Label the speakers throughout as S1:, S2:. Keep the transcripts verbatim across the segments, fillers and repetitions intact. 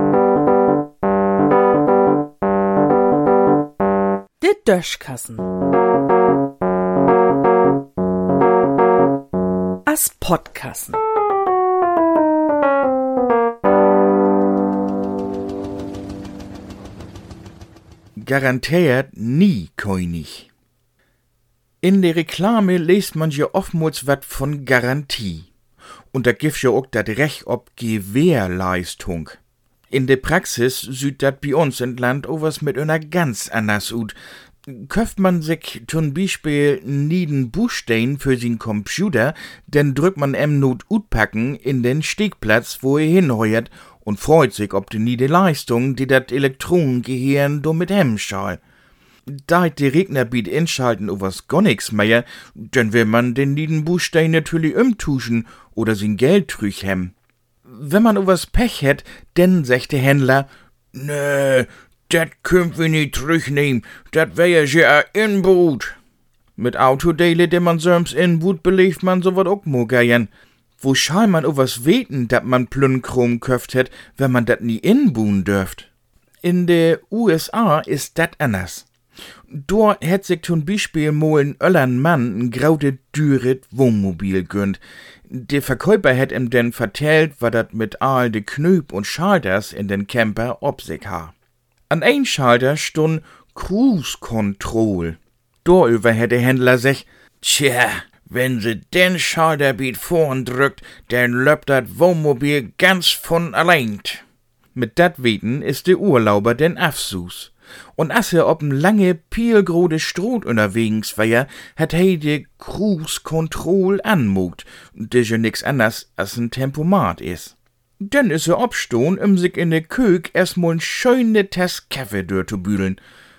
S1: De Döschkassen. As Podkassen.
S2: Garantiert nie König. In der Reklame liest man ja oftmals wat von Garantie. Und da gibt ja auch dat Recht ob Gewährleistung. In der Praxis sieht dat bei uns in Land auch was mit einer ganz anders ut. Köft man sich zum Beispiel nieden Buchstaben für sin Computer, dann drückt man em Not utpacken in den Stegplatz, wo er hinheuert und freut sich ob die niede Leistung, die dat Elektronengehirn do mit hem schall. Da die Regner biet inschalten o was gar nix mehr, dann will man den nieden Buchstaben natürlich umtuschen oder sin Geld trüch hem. Wenn man o was Pech hätt, denn sagt der Händler, nö, dat könnt wir nicht zurücknehmen, dat wär ja Inbrut. Mit Autodele, den man söms Inbrut belegt man so wat auch mogern. Wo schall man o was weten, dat man Plünkrom köft hätt, wenn man dat nie inbuhen dürft? In de U S A ist dat anders. Dort hätt sich zum Beispiel mal ein öllern Mann ein graute Düret Wohnmobil gönnt. Der Verkäufer hätt ihm denn vertellt, was dat mit all de Knöp und Schalters in den Camper ob sich ha. An ein Schalter stund Cruise Control. Dorüber hätt der Händler sech, tja, wenn se den Schalterbeat vorn drückt, dann löppt dat Wohnmobil ganz von allein. Mit dat Weten ist der Urlauber denn Afsus. Und as er ob'n lange, pielgrode Stroh unterwegs war, hat he de Cruise Control anmugt, des ja nix anders als ein Tempomat is. Dann is er obstohn, um sich in de Kök erstmal n schöne Tass Kaffee durchzubühlen.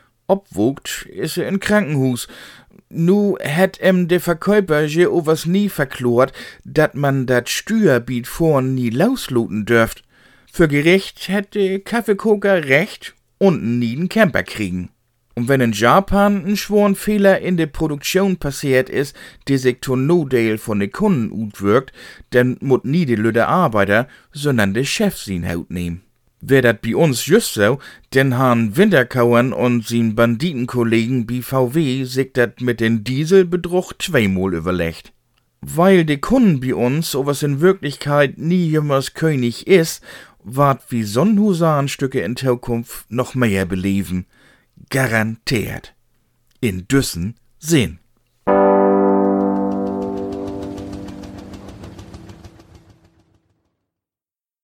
S2: Obwogt is er in Krankenhus. Nu hätt em de Verkäufer je o was nie verklort, dat man dat Steuerbiet vorn nie lausloten dürft. Für Gericht hätt de Kaffeekoker recht und nie den Camper kriegen. Und wenn in Japan ein schworen Fehler in der Produktion passiert ist, der sich to No-Dale von den Kunden utwirkt, dann mut nie die lüde Arbeiter, sondern der Chef sin Haut nehmen. Wär dat bei uns just so, denn han Winterkauern und sin Banditenkollegen B V W sich dat mit den Dieselbetrug zweimal überlegt. Weil die Kunden bei uns, so was in Wirklichkeit nie jemals König ist, ward wie Sonnenhusarenstücke in Zukunft noch mehr beleben. Garantiert. In Düssen Sinn.